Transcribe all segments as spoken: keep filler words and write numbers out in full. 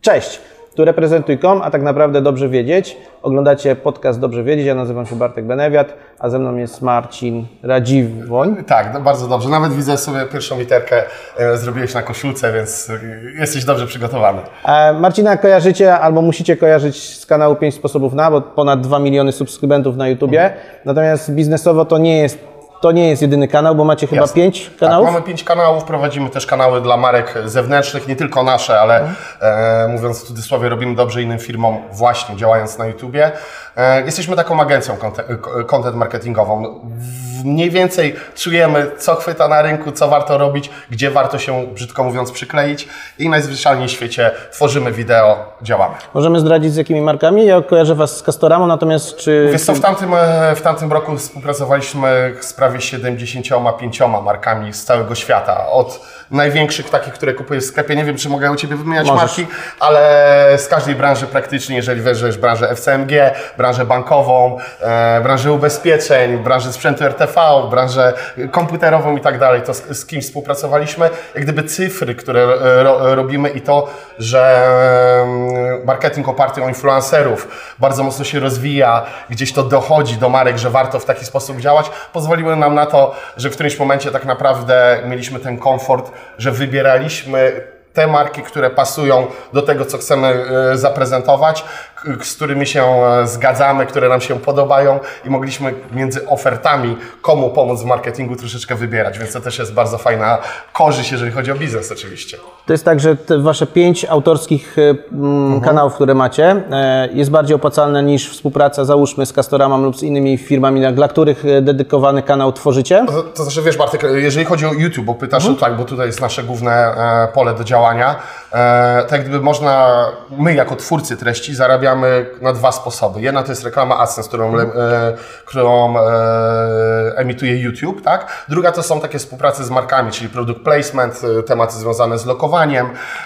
Cześć, tu reprezentuj kropka com, a tak naprawdę Dobrze Wiedzieć. Oglądacie podcast Dobrze Wiedzieć, ja nazywam się Bartek Benewiat, a ze mną jest Marcin Radziwoń. Tak, no bardzo dobrze. Nawet widzę sobie pierwszą literkę e, zrobiłeś na koszulce, więc e, jesteś dobrze przygotowany. E, Marcina kojarzycie albo musicie kojarzyć z kanału pięć sposobów na, bo ponad dwa miliony subskrybentów na YouTubie. Mhm. Natomiast biznesowo to nie jest To nie jest jedyny kanał, bo macie chyba Jasne. pięć kanałów? Tak, mamy pięć kanałów, prowadzimy też kanały dla marek zewnętrznych, nie tylko nasze, ale mhm. e, mówiąc w cudzysłowie, robimy dobrze innym firmom właśnie działając na YouTubie. E, jesteśmy taką agencją content marketingową. Mniej więcej czujemy, co chwyta na rynku, co warto robić, gdzie warto się, brzydko mówiąc, przykleić i najzwyczajniej w świecie tworzymy wideo, działamy. Możemy zdradzić, z jakimi markami? Ja kojarzę Was z Castoramą, natomiast czy... Wiesz co, w tamtym, w tamtym roku współpracowaliśmy z prawie siedemdziesięcioma pięcioma markami z całego świata. Od największych takich, które kupujesz w sklepie, nie wiem, czy mogę u Ciebie wymieniać Możesz. marki, ale z każdej branży praktycznie, jeżeli weźmiesz branżę F C M G, branżę bankową, e, branżę ubezpieczeń, branżę sprzętu R T V, branżę komputerową i tak dalej, to z, z kim współpracowaliśmy, jak gdyby cyfry, które ro, robimy i to, że marketing oparty o influencerów bardzo mocno się rozwija, gdzieś to dochodzi do marek, że warto w taki sposób działać, pozwoliły nam na to, że w którymś momencie tak naprawdę mieliśmy ten komfort, że wybieraliśmy te marki, które pasują do tego, co chcemy zaprezentować, z którymi się zgadzamy, które nam się podobają i mogliśmy między ofertami komu pomóc w marketingu troszeczkę wybierać, więc to też jest bardzo fajna korzyść, jeżeli chodzi o biznes oczywiście. To jest tak, że te Wasze pięć autorskich mm, mhm. kanałów, które macie, jest bardziej opłacalne niż współpraca, załóżmy, z Castoramą lub z innymi firmami, dla których dedykowany kanał tworzycie? To, to znaczy, wiesz Bartek, jeżeli chodzi o YouTube, bo pytasz, mhm. tak, bo tutaj jest nasze główne e, pole do działania, e, tak gdyby można, my jako twórcy treści zarabiamy na dwa sposoby. Jedna to jest reklama AdSense, którą, e, którą e, emituje YouTube, tak? Druga to są takie współprace z markami, czyli product placement, tematy związane z lokowaniem,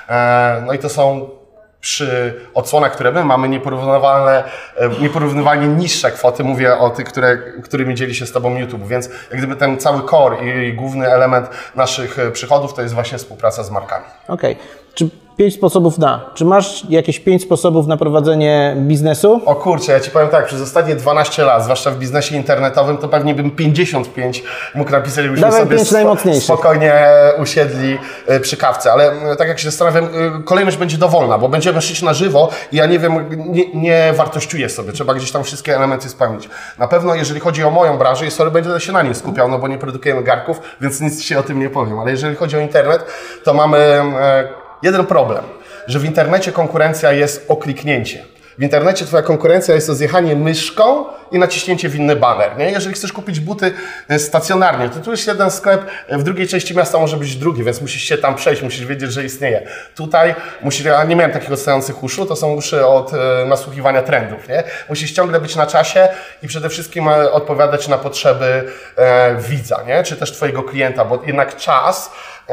e, no i to są przy odsłonach, które my mamy, nieporównywalne, nieporównywalnie niższe kwoty. Mówię o tych, które, którymi dzieli się z Tobą YouTube, więc jak gdyby ten cały core i, i główny element naszych przychodów to jest właśnie współpraca z markami. Okej. Okay. Czy pięć sposobów na? Czy masz jakieś pięć sposobów na prowadzenie biznesu? O kurczę, ja Ci powiem tak, przez ostatnie dwanaście lat, zwłaszcza w biznesie internetowym, to pewnie bym pięćdziesiąt pięć mógł napisać, żebyśmy Dawaj sobie spo, spokojnie usiedli przy kawce. Ale tak jak się zastanawiam, kolejność będzie dowolna, bo będziemy szyć na żywo i ja nie wiem, nie, nie wartościuję sobie, trzeba gdzieś tam wszystkie elementy spełnić. Na pewno jeżeli chodzi o moją branżę, sorry, będę się na nim skupiał, no bo nie produkujemy garków, więc nic Ci o tym nie powiem. Ale jeżeli chodzi o internet, to mamy e, jeden problem, że w internecie konkurencja jest o kliknięcie. W internecie Twoja konkurencja jest o zjechanie myszką i naciśnięcie w inny baner. Nie? Jeżeli chcesz kupić buty stacjonarnie, to tu jest jeden sklep, w drugiej części miasta może być drugi, więc musisz się tam przejść, musisz wiedzieć, że istnieje. Tutaj musisz, ja nie miałem takich odstających uszu, to są uszy od e, nasłuchiwania trendów. Nie? Musisz ciągle być na czasie i przede wszystkim e, odpowiadać na potrzeby e, widza, nie? Czy też Twojego klienta, bo jednak czas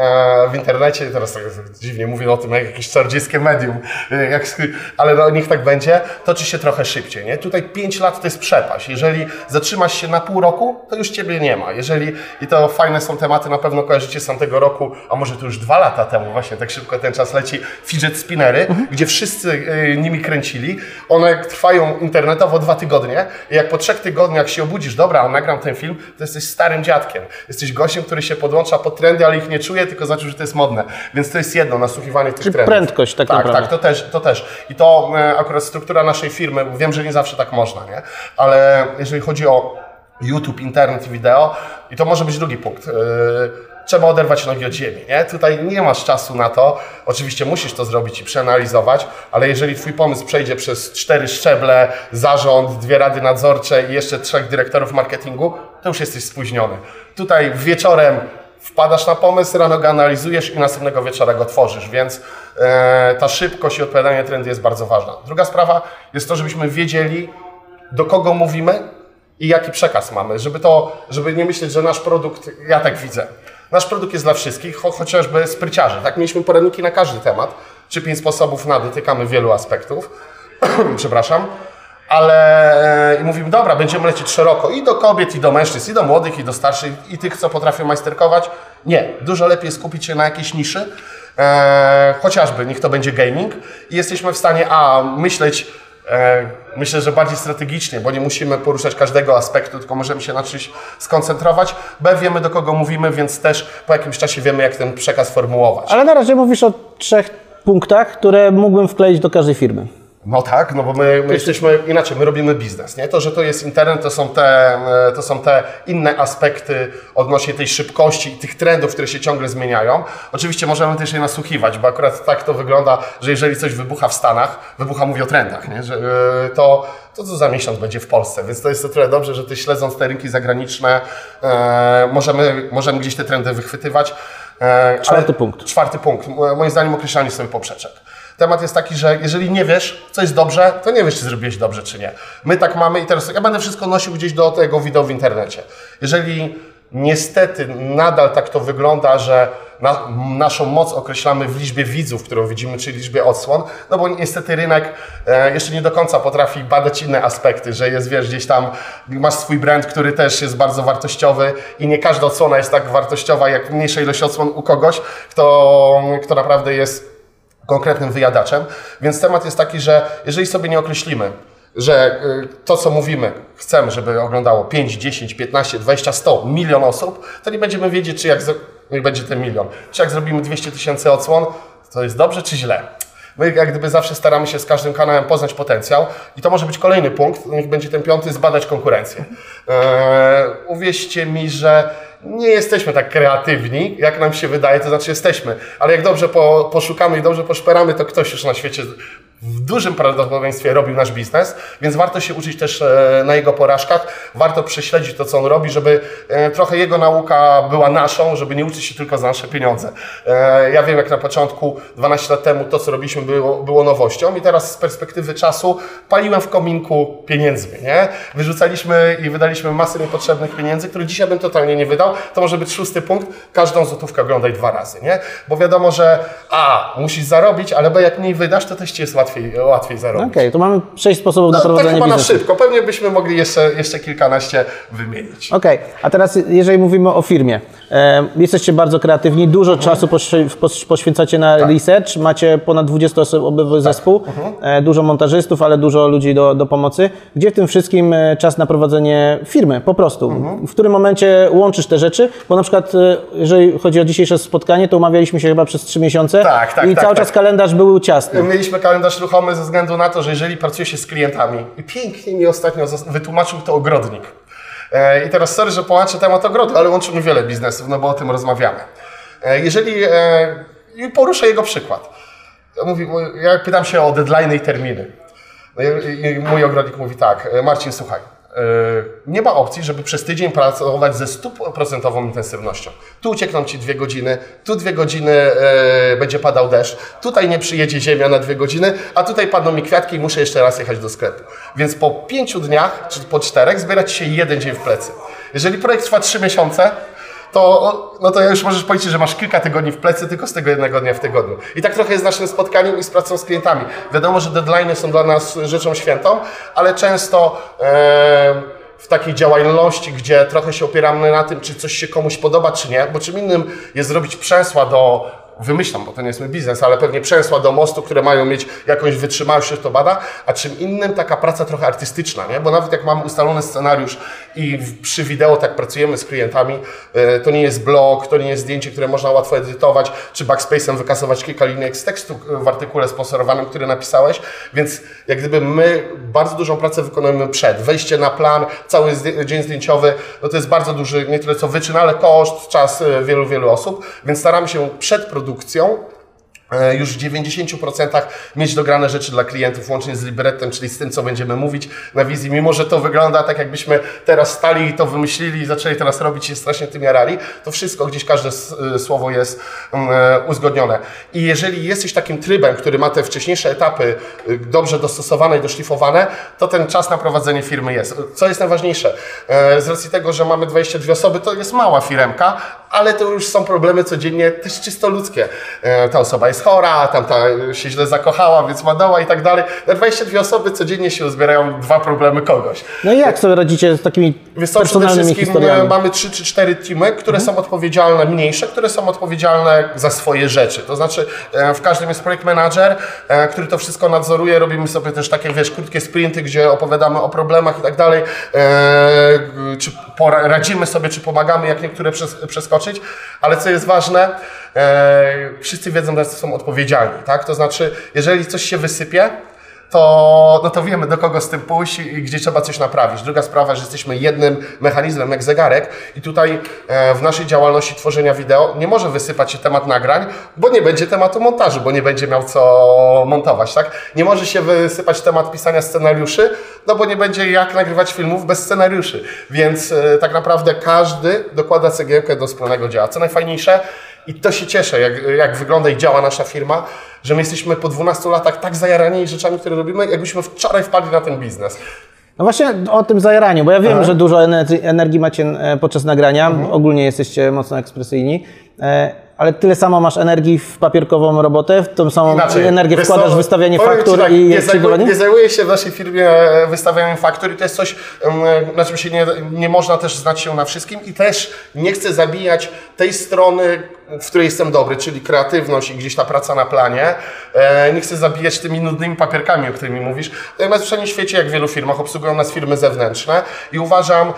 w internecie, teraz tak dziwnie mówię o tym jak jakieś czardziejskie medium, jak, ale no, niech tak będzie, toczy się trochę szybciej. Nie? Tutaj pięć lat to jest przepaść. Jeżeli zatrzymasz się na pół roku, to już Ciebie nie ma. Jeżeli, i to fajne są tematy, na pewno kojarzycie z tamtego roku, a może to już dwa lata temu, właśnie tak szybko ten czas leci, fidget spinnery, mhm. gdzie wszyscy y, nimi kręcili. One trwają internetowo dwa tygodnie i jak po trzech tygodniach się obudzisz, dobra, nagram ten film, to jesteś starym dziadkiem. Jesteś gościem, który się podłącza pod trendy, ale ich nie czuje, tylko znaczy, że to jest modne. Więc to jest jedno, nasłuchiwanie tych Czyli trendów. Prędkość tak, tak naprawdę. Tak, to też, to też. I to e, akurat struktura naszej firmy, wiem, że nie zawsze tak można, nie? Ale jeżeli chodzi o YouTube, internet i wideo, i to może być drugi punkt. E, trzeba oderwać nogi od ziemi, nie? Tutaj nie masz czasu na to. Oczywiście musisz to zrobić i przeanalizować, ale jeżeli Twój pomysł przejdzie przez cztery szczeble, zarząd, dwie rady nadzorcze i jeszcze trzech dyrektorów marketingu, to już jesteś spóźniony. Tutaj wieczorem wpadasz na pomysł, rano go analizujesz i następnego wieczora go tworzysz, więc e, ta szybkość i odpowiadanie trendy jest bardzo ważna. Druga sprawa jest to, żebyśmy wiedzieli, do kogo mówimy i jaki przekaz mamy, żeby to, żeby nie myśleć, że nasz produkt, ja tak widzę, nasz produkt jest dla wszystkich, cho chociażby spryciarzy, tak? Mieliśmy poradniki na każdy temat, czy pięć sposobów na, dotykamy wielu aspektów, przepraszam. Ale i mówimy, dobra, będziemy lecieć szeroko i do kobiet, i do mężczyzn, i do młodych, i do starszych, i tych, co potrafią majsterkować. Nie, dużo lepiej skupić się na jakiejś niszy e, chociażby niech to będzie gaming i jesteśmy w stanie a myśleć, e, myślę, że bardziej strategicznie, bo nie musimy poruszać każdego aspektu, tylko możemy się na czymś skoncentrować. B, wiemy do kogo mówimy, więc też po jakimś czasie wiemy, jak ten przekaz formułować. Ale na razie mówisz o trzech punktach, które mógłbym wkleić do każdej firmy. No tak, no bo my, my jesteśmy inaczej, my robimy biznes, nie? To, że to jest internet, to są te, to są te inne aspekty odnośnie tej szybkości i tych trendów, które się ciągle zmieniają. Oczywiście możemy też je nasłuchiwać, bo akurat tak to wygląda, że jeżeli coś wybucha w Stanach, wybucha, mówię o trendach, nie? Że, to, to co za miesiąc będzie w Polsce, więc to jest to trochę dobrze, że ty śledząc te rynki zagraniczne e, możemy, możemy gdzieś te trendy wychwytywać. E, czwarty punkt. Czwarty punkt, moim zdaniem określanie sobie poprzeczek. Temat jest taki, że jeżeli nie wiesz, co jest dobrze, to nie wiesz, czy zrobiłeś dobrze, czy nie. My tak mamy i teraz ja będę wszystko nosił gdzieś do tego wideo w internecie. Jeżeli niestety nadal tak to wygląda, że na, naszą moc określamy w liczbie widzów, którą widzimy, czyli liczbie odsłon, no bo niestety rynek e, jeszcze nie do końca potrafi badać inne aspekty, że jest, wiesz, gdzieś tam masz swój brand, który też jest bardzo wartościowy i nie każda odsłona jest tak wartościowa, jak mniejsza ilość odsłon u kogoś, kto, kto naprawdę jest konkretnym wyjadaczem, więc temat jest taki, że jeżeli sobie nie określimy, że to, co mówimy, chcemy, żeby oglądało pięć, dziesięć, piętnaście, dwadzieścia, sto, milion osób, to nie będziemy wiedzieć, czy jak no będzie ten milion, czy jak zrobimy dwieście tysięcy odsłon, to jest dobrze, czy źle. My jak gdyby zawsze staramy się z każdym kanałem poznać potencjał i to może być kolejny punkt, niech będzie ten piąty, zbadać konkurencję. Eee, uwierzcie mi, że nie jesteśmy tak kreatywni, jak nam się wydaje, to znaczy jesteśmy, ale jak dobrze po, poszukamy i dobrze poszperamy, to ktoś już na świecie w dużym prawdopodobieństwie robił nasz biznes, więc warto się uczyć też na jego porażkach, warto prześledzić to, co on robi, żeby trochę jego nauka była naszą, żeby nie uczyć się tylko za nasze pieniądze. Ja wiem, jak na początku, dwanaście lat temu, to, co robiliśmy, było, było nowością i teraz z perspektywy czasu paliłem w kominku pieniędzmi, nie? Wyrzucaliśmy i wydaliśmy masę niepotrzebnych pieniędzy, które dzisiaj bym totalnie nie wydał. To może być szósty punkt, każdą złotówkę oglądaj dwa razy, nie? Bo wiadomo, że a, musisz zarobić, ale b, jak mniej wydasz, to też ci jest łatwiej łatwiej zarobić. Okej, okay, to mamy sześć sposobów no, na prowadzenie tak chyba biznesu. Na szybko, pewnie byśmy mogli jeszcze, jeszcze kilkanaście wymienić. Okej, okay. A teraz jeżeli mówimy o firmie, e, jesteście bardzo kreatywni, dużo mhm. czasu poś, poś, poświęcacie na tak. research, macie ponad dwudziestoosobowy tak. zespół, mhm. e, dużo montażystów, ale dużo ludzi do, do pomocy. Gdzie w tym wszystkim czas na prowadzenie firmy, po prostu? Mhm. W którym momencie łączysz te rzeczy? Bo na przykład, jeżeli chodzi o dzisiejsze spotkanie, to umawialiśmy się chyba przez trzy miesiące tak, tak, i tak, cały tak. czas kalendarz był ciasny. Mieliśmy kalendarz ruchomy ze względu na to, że jeżeli pracuje się z klientami i pięknie mi ostatnio wytłumaczył to ogrodnik. I teraz sorry, że połączę temat ogrodu, ale łączymy wiele biznesów, no bo o tym rozmawiamy. Jeżeli i poruszę jego przykład. Ja, mówi, ja pytam się o deadline i terminy. I mój ogrodnik mówi tak, Marcin, słuchaj, nie ma opcji, żeby przez tydzień pracować ze stuprocentową intensywnością. Tu uciekną Ci dwie godziny, tu dwie godziny e, będzie padał deszcz, tutaj nie przyjedzie ziemia na dwie godziny, a tutaj padną mi kwiatki i muszę jeszcze raz jechać do sklepu. Więc po pięciu dniach, czy po czterech, zbierać się jeden dzień w plecy. Jeżeli projekt trwa trzy miesiące, to, no to już możesz policzyć, że masz kilka tygodni w plecy tylko z tego jednego dnia w tygodniu. I tak trochę jest z naszym spotkaniem i z pracą z klientami. Wiadomo, że deadline'y są dla nas rzeczą świętą, ale często e, w takiej działalności, gdzie trochę się opieramy na tym, czy coś się komuś podoba, czy nie, bo czym innym jest zrobić przęsła do wymyślam, bo to nie jest mój biznes, ale pewnie przęsła do mostu, które mają mieć jakąś wytrzymałość, że to bada, a czym innym taka praca trochę artystyczna, nie? Bo nawet jak mamy ustalony scenariusz i przy wideo tak pracujemy z klientami, to nie jest blog, to nie jest zdjęcie, które można łatwo edytować, czy backspace'em wykasować kilka linijek z tekstu w artykule sponsorowanym, który napisałeś, więc jak gdyby my bardzo dużą pracę wykonujemy przed, wejście na plan, cały dzień zdjęciowy, no to jest bardzo duży, nie tyle co wyczyn, ale koszt, czas wielu, wielu osób, więc staramy się przed produkcją już w dziewięćdziesięciu procentach mieć dograne rzeczy dla klientów, łącznie z librettem, czyli z tym, co będziemy mówić na wizji. Mimo że to wygląda tak, jakbyśmy teraz stali i to wymyślili i zaczęli teraz robić i strasznie tym jarali, to wszystko, gdzieś każde słowo jest uzgodnione. I jeżeli jesteś takim trybem, który ma te wcześniejsze etapy dobrze dostosowane i doszlifowane, to ten czas na prowadzenie firmy jest. Co jest najważniejsze? Z racji tego, że mamy dwadzieścia dwie osoby, to jest mała firemka, ale to już są problemy codziennie, też czysto ludzkie. Ta osoba jest chora, tamta się źle zakochała, więc ma doła i tak dalej. Na dwadzieścia dwie osoby codziennie się uzbierają dwa problemy kogoś. No i jak sobie radzicie z takimi Wiesz co, personalnymi historiami? Mamy trzy czy cztery teamy, które mhm. są odpowiedzialne, mniejsze, które są odpowiedzialne za swoje rzeczy. To znaczy w każdym jest projekt manager, który to wszystko nadzoruje. Robimy sobie też takie, wiesz, krótkie sprinty, gdzie opowiadamy o problemach i tak dalej. Czy radzimy sobie, czy pomagamy, jak niektóre przeskoczyć. Ale co jest ważne, wszyscy wiedzą, że są odpowiedzialni. Tak? To znaczy, jeżeli coś się wysypie, to, no to wiemy, do kogo z tym pójść i gdzie trzeba coś naprawić. Druga sprawa, że jesteśmy jednym mechanizmem jak zegarek i tutaj e, w naszej działalności tworzenia wideo nie może wysypać się temat nagrań, bo nie będzie tematu montażu, bo nie będzie miał co montować, tak? Nie może się wysypać temat pisania scenariuszy, no bo nie będzie jak nagrywać filmów bez scenariuszy. Więc e, tak naprawdę każdy dokłada cegiełkę do wspólnego dzieła. Co najfajniejsze, i to się cieszę, jak, jak wygląda i działa nasza firma, że my jesteśmy po dwunastu latach tak zajarani rzeczami, które robimy, jakbyśmy wczoraj wpadli na ten biznes. No właśnie o tym zajaraniu, bo ja wiem, Aha. że dużo energii macie podczas nagrania, mhm. ogólnie jesteście mocno ekspresyjni, ale tyle samo masz energii w papierkową robotę, w tą samą Inaczej. energię Wystaw... wkładasz w wystawianie faktur tak, i nie, zajmuję, nie zajmuję się w naszej firmie wystawianiem faktur i to jest coś, na czym się nie, nie można też znać się na wszystkim i też nie chcę zabijać tej strony, w której jestem dobry, czyli kreatywność i gdzieś ta praca na planie. Nie chcę zabijać tymi nudnymi papierkami, o których mi mówisz. Natomiast w wszędzie świecie, jak w wielu firmach, obsługują nas firmy zewnętrzne i uważam,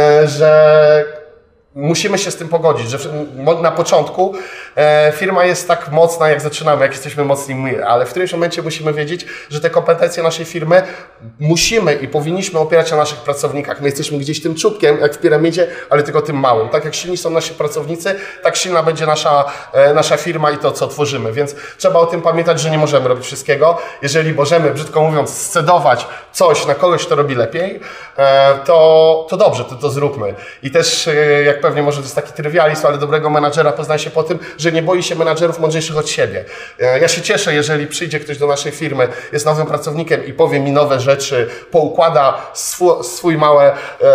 że musimy się z tym pogodzić, że na początku e, firma jest tak mocna, jak zaczynamy, jak jesteśmy mocni my, ale w którymś momencie musimy wiedzieć, że te kompetencje naszej firmy musimy i powinniśmy opierać na naszych pracownikach. My jesteśmy gdzieś tym czubkiem, jak w piramidzie, ale tylko tym małym. Tak jak silni są nasi pracownicy, tak silna będzie nasza, e, nasza firma i to, co tworzymy. Więc trzeba o tym pamiętać, że nie możemy robić wszystkiego. Jeżeli możemy, brzydko mówiąc, scedować coś na kogoś, kto robi lepiej, e, to, to dobrze, to, to zróbmy. I też e, jak pewnie może to jest taki trywializm, ale dobrego menadżera poznaje się po tym, że nie boi się menadżerów mądrzejszych od siebie. Ja się cieszę, jeżeli przyjdzie ktoś do naszej firmy, jest nowym pracownikiem i powie mi nowe rzeczy, poukłada swój, swój, małe,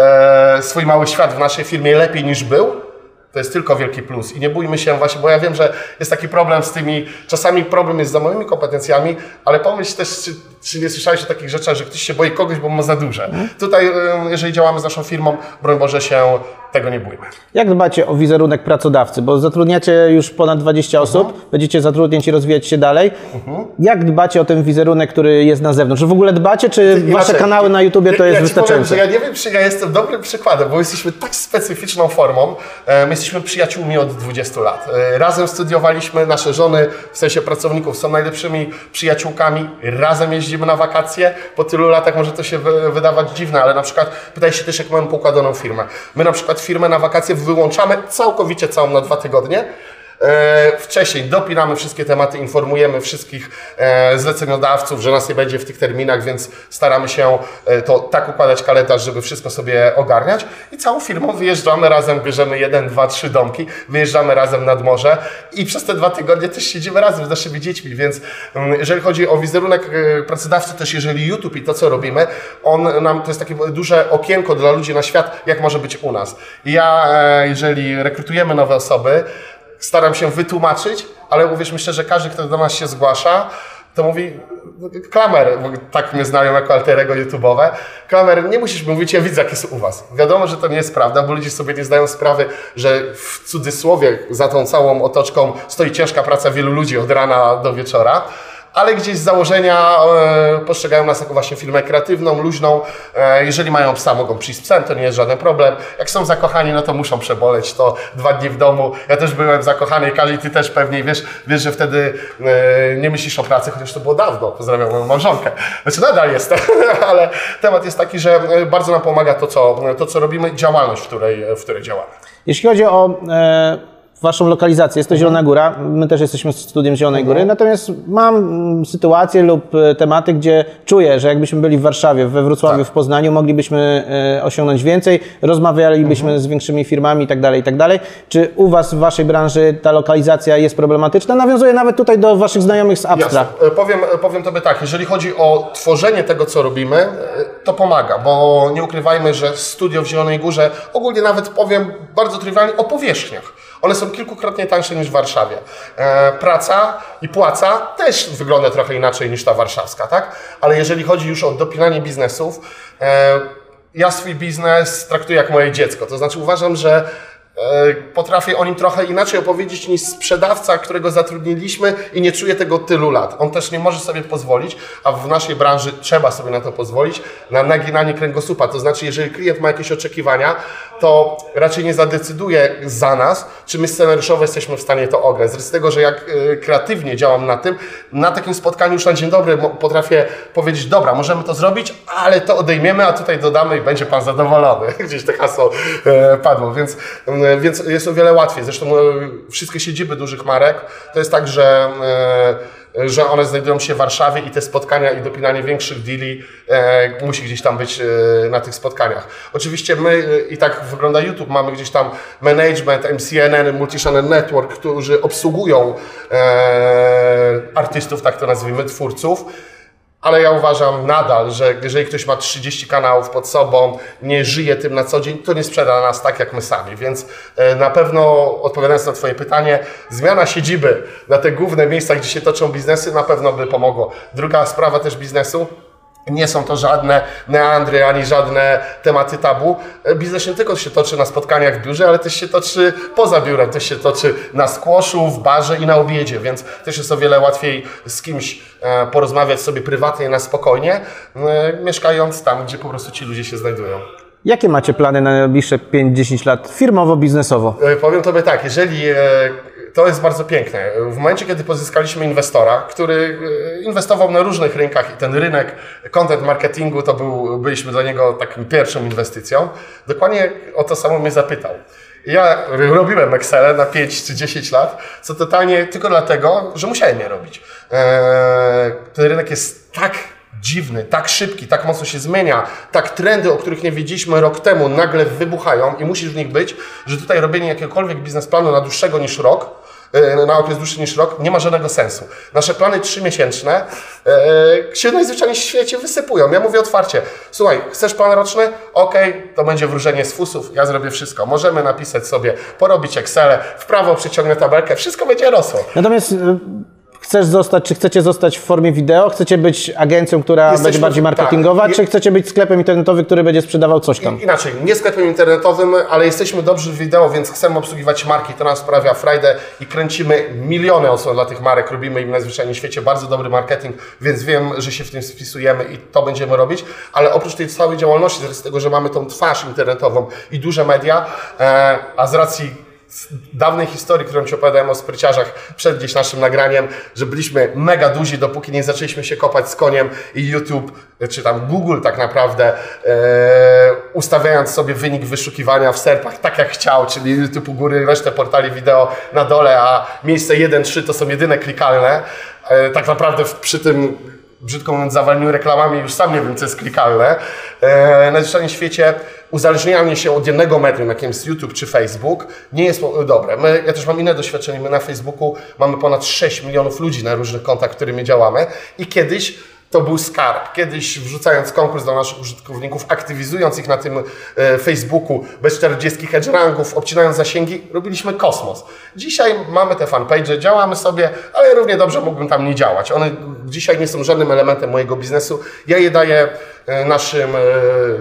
e, swój mały świat w naszej firmie lepiej niż był. To jest tylko wielki plus i nie bójmy się właśnie, bo ja wiem, że jest taki problem z tymi, czasami problem jest za moimi kompetencjami, ale pomyśl też, czy, czy nie słyszałeś o takich rzeczach, że ktoś się boi kogoś, bo ma za duże. Mhm. Tutaj, jeżeli działamy z naszą firmą, broń Boże się tego nie bójmy. Jak dbacie o wizerunek pracodawcy? Bo zatrudniacie już ponad dwadzieścia osób, mhm. będziecie zatrudniać i rozwijać się dalej. Mhm. Jak dbacie o ten wizerunek, który jest na zewnątrz? Czy w ogóle dbacie, czy Inaczej, wasze kanały na YouTubie to ja, jest ja wystarczające? Powiem, że ja nie wiem, czy ja jestem dobrym przykładem, bo jesteśmy tak specyficzną formą. My jesteśmy przyjaciółmi od dwudziestu lat. Razem studiowaliśmy, nasze żony, w sensie pracowników, są najlepszymi przyjaciółkami. Razem jeździmy na wakacje. Po tylu latach może to się wydawać dziwne, ale na przykład pytaj się też, jak mamy poukładaną firmę. My na przykład firmę na wakacje wyłączamy całkowicie całą na dwa tygodnie. E, wcześniej dopinamy wszystkie tematy, informujemy wszystkich e, zleceniodawców, że nas nie będzie w tych terminach, więc staramy się e, to tak układać kalendarz, żeby wszystko sobie ogarniać i całą firmą wyjeżdżamy razem, bierzemy jeden, dwa, trzy domki, wyjeżdżamy razem nad morze i przez te dwa tygodnie też siedzimy razem z naszymi dziećmi, więc um, jeżeli chodzi o wizerunek e, pracodawcy, też jeżeli YouTube i to, co robimy, on nam, to jest takie duże okienko dla ludzi na świat, jak może być u nas. I ja, e, jeżeli rekrutujemy nowe osoby, staram się wytłumaczyć, ale uwierzmy szczerze, każdy, kto do nas się zgłasza, to mówi, Klamer, bo tak mnie znają jako alterego YouTube'owe, Klamer, nie musisz mówić, ja widzę, jak jest u was. Wiadomo, że to nie jest prawda, bo ludzie sobie nie zdają sprawy, że w cudzysłowie za tą całą otoczką stoi ciężka praca wielu ludzi od rana do wieczora. Ale gdzieś z założenia e, postrzegają nas jako właśnie firmę kreatywną, luźną. E, jeżeli mają psa, mogą przyjść z psem, to nie jest żaden problem. Jak są zakochani, no to muszą przeboleć to dwa dni w domu. Ja też byłem zakochany, Kali, ty też pewnie wiesz, wiesz, że wtedy e, nie myślisz o pracy, chociaż to było dawno. Pozdrawiam moją małżonkę. Znaczy nadal jestem, ale temat jest taki, że bardzo nam pomaga to, co, to, co robimy, działalność, w której, w której działamy. Jeśli chodzi o e... waszą lokalizację, jest to Zielona Góra, my też jesteśmy studiem Zielonej Góry, natomiast mam sytuacje lub tematy, gdzie czuję, że jakbyśmy byli w Warszawie, we Wrocławiu, tak. w Poznaniu, moglibyśmy osiągnąć więcej, rozmawialibyśmy mhm. z większymi firmami itd., itd. Czy u was, w waszej branży ta lokalizacja jest problematyczna? Nawiązuję nawet tutaj do waszych znajomych z Abstra. Powiem, powiem tobie tak, jeżeli chodzi o tworzenie tego, co robimy, to pomaga, bo nie ukrywajmy, że studio w Zielonej Górze, ogólnie nawet powiem bardzo trywialnie, o powierzchniach. One są kilkukrotnie tańsze niż w Warszawie. E, praca i płaca też wygląda trochę inaczej niż ta warszawska, tak? Ale jeżeli chodzi już o dopinanie biznesów, e, ja swój biznes traktuję jak moje dziecko. To znaczy uważam, że potrafię o nim trochę inaczej opowiedzieć niż sprzedawca, którego zatrudniliśmy i nie czuje tego od tylu lat. On też nie może sobie pozwolić, a w naszej branży trzeba sobie na to pozwolić, na naginanie kręgosłupa. To znaczy, jeżeli klient ma jakieś oczekiwania, to raczej nie zadecyduje za nas, czy my scenariuszowo jesteśmy w stanie to ograć. Z tego, że jak kreatywnie działam na tym, na takim spotkaniu już na dzień dobry potrafię powiedzieć, dobra, możemy to zrobić, ale to odejmiemy, a tutaj dodamy i będzie Pan zadowolony. Gdzieś to hasło padło, więc Więc jest o wiele łatwiej. Zresztą wszystkie siedziby dużych marek to jest tak, że, że one znajdują się w Warszawie i te spotkania i dopinanie większych deali musi gdzieś tam być na tych spotkaniach. Oczywiście my, i tak wygląda YouTube, mamy gdzieś tam management, M C N N, Multichannel Network, którzy obsługują artystów, tak to nazwijmy, twórców. Ale ja uważam nadal, że jeżeli ktoś ma trzydzieści kanałów pod sobą, nie żyje tym na co dzień, to nie sprzeda nas tak jak my sami. Więc na pewno, odpowiadając na Twoje pytanie, zmiana siedziby na te główne miejsca, gdzie się toczą biznesy, na pewno by pomogło. Druga sprawa też biznesu. Nie są to żadne meandry, ani żadne tematy tabu. Biznes nie tylko się toczy na spotkaniach w biurze, ale też się toczy poza biurem, też się toczy na squashu, w barze i na obiedzie, więc też jest o wiele łatwiej z kimś porozmawiać sobie prywatnie, na spokojnie, mieszkając tam, gdzie po prostu ci ludzie się znajdują. Jakie macie plany na najbliższe pięć do dziesięciu lat firmowo-biznesowo? Powiem Tobie tak, jeżeli to jest bardzo piękne. W momencie, kiedy pozyskaliśmy inwestora, który inwestował na różnych rynkach i ten rynek content marketingu to był, byliśmy dla niego taką pierwszą inwestycją, dokładnie o to samo mnie zapytał. Ja robiłem Excele na pięć czy dziesięć lat, co totalnie tylko dlatego, że musiałem je robić. Eee, ten rynek jest tak dziwny, tak szybki, tak mocno się zmienia, tak trendy, o których nie wiedzieliśmy rok temu, nagle wybuchają i musisz w nich być, że tutaj robienie jakiegokolwiek biznesplanu na dłuższego niż rok, na okres dłuższy niż rok, nie ma żadnego sensu. Nasze plany trzymiesięczne e, się najzwyczajniej w świecie wysypują. Ja mówię otwarcie, słuchaj, chcesz plan roczny? Okej, okay, to będzie wróżenie z fusów, ja zrobię wszystko. Możemy napisać sobie, porobić Excele, w prawo przyciągnę tabelkę, wszystko będzie rosło. Natomiast chcesz zostać, czy chcecie zostać w formie wideo? Chcecie być agencją, która Jesteśmy, będzie bardziej marketingowa, tak. czy chcecie być sklepem internetowym, który będzie sprzedawał coś tam? Inaczej, nie sklepem internetowym, ale jesteśmy dobrzy w wideo, więc chcemy obsługiwać marki, to nam sprawia frajdę i kręcimy miliony osób dla tych marek, robimy im najzwyczajniej w świecie bardzo dobry marketing, więc wiem, że się w tym spisujemy i to będziemy robić, ale oprócz tej całej działalności, z tego, że mamy tą twarz internetową i duże media, e, a z racji z dawnej historii, którą Ci opowiadałem o spryciarzach przed gdzieś naszym nagraniem, że byliśmy mega duzi, dopóki nie zaczęliśmy się kopać z koniem i YouTube, czy tam Google tak naprawdę, e, ustawiając sobie wynik wyszukiwania w serpach tak jak chciał, czyli YouTube u góry, resztę portali wideo na dole, a miejsce jeden trzy to są jedyne klikalne. E, tak naprawdę w, przy tym, brzydko mówiąc, zawalniu reklamami już sam nie wiem, co jest klikalne. E, na zwyczajnym świecie uzależnianie się od jednego medium, jakim jest YouTube czy Facebook, nie jest dobre. My, ja też mam inne doświadczenie. My na Facebooku mamy ponad sześć milionów ludzi na różnych kontach, którymi działamy i kiedyś to był skarb. Kiedyś wrzucając konkurs do naszych użytkowników, aktywizując ich na tym e, Facebooku bez czterdziestu rangów, obcinając zasięgi, robiliśmy kosmos. Dzisiaj mamy te fanpage, działamy sobie, ale równie dobrze mógłbym tam nie działać. One dzisiaj nie są żadnym elementem mojego biznesu. Ja je daję e, naszym e,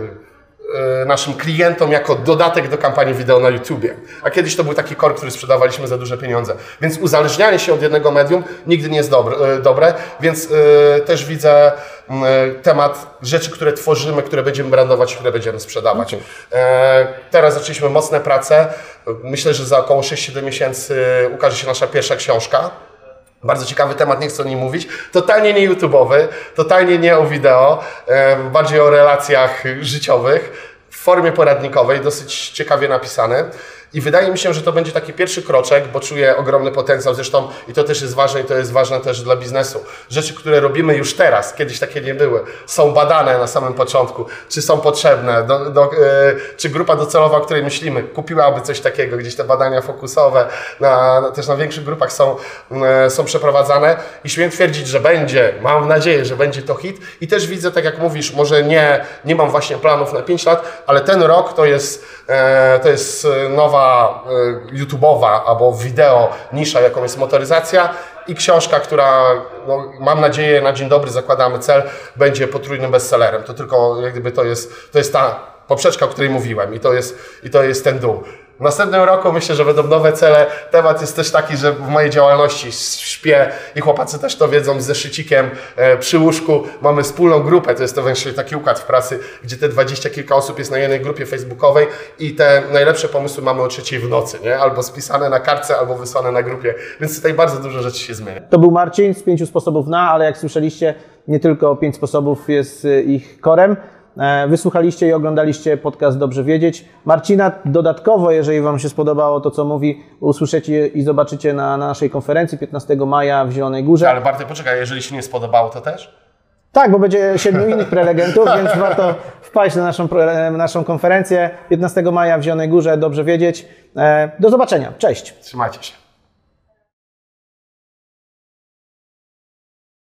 naszym klientom jako dodatek do kampanii wideo na YouTubie. A kiedyś to był taki core, który sprzedawaliśmy za duże pieniądze. Więc uzależnianie się od jednego medium nigdy nie jest dobre, dobre więc yy, też widzę yy, temat rzeczy, które tworzymy, które będziemy brandować, które będziemy sprzedawać. Yy, teraz zaczęliśmy mocne prace. Myślę, że za około sześć siedem miesięcy ukaże się nasza pierwsza książka. Bardzo ciekawy temat, nie chcę o nim mówić. Totalnie nie YouTube'owy, totalnie nie o wideo, e, bardziej o relacjach życiowych, w formie poradnikowej, dosyć ciekawie napisany. I wydaje mi się, że to będzie taki pierwszy kroczek, bo czuję ogromny potencjał. Zresztą i to też jest ważne i to jest ważne też dla biznesu. Rzeczy, które robimy już teraz, kiedyś takie nie były, są badane na samym początku, czy są potrzebne, do, do, yy, czy grupa docelowa, o której myślimy, kupiłaby coś takiego, gdzieś te badania fokusowe na, na, też na większych grupach są, yy, są przeprowadzane i śmiem twierdzić, że będzie, mam nadzieję, że będzie to hit i też widzę, tak jak mówisz, może nie, nie mam właśnie planów na pięć lat, ale ten rok to jest, yy, to jest nowa nowa y, YouTube'owa albo wideo nisza, jaką jest motoryzacja i książka, która no, mam nadzieję na dzień dobry, zakładamy cel, będzie potrójnym bestsellerem. To tylko jak gdyby to jest, to jest ta poprzeczka, o której mówiłem i to jest, i to jest ten dół. W następnym roku myślę, że będą nowe cele. Temat jest też taki, że w mojej działalności śpię i chłopacy też to wiedzą, z zeszycikiem e, przy łóżku. Mamy wspólną grupę, to jest to właśnie taki układ w pracy, gdzie te dwadzieścia kilka osób jest na jednej grupie facebookowej i te najlepsze pomysły mamy o trzeciej w nocy, nie? Albo spisane na kartce, albo wysłane na grupie, więc tutaj bardzo dużo rzeczy się zmienia. To był Marcin z pięciu sposobów na, ale jak słyszeliście, nie tylko pięć sposobów jest ich korem. Wysłuchaliście i oglądaliście podcast Dobrze Wiedzieć. Marcina dodatkowo, jeżeli Wam się spodobało to, co mówi, usłyszycie i zobaczycie na, na naszej konferencji piętnastego maja w Zielonej Górze. Ale Bartek, poczekaj, jeżeli się nie spodobało, to też? Tak, bo będzie siedmiu innych prelegentów, więc warto wpaść na naszą, naszą konferencję piętnastego maja w Zielonej Górze. Dobrze Wiedzieć. Do zobaczenia. Cześć. Trzymajcie się.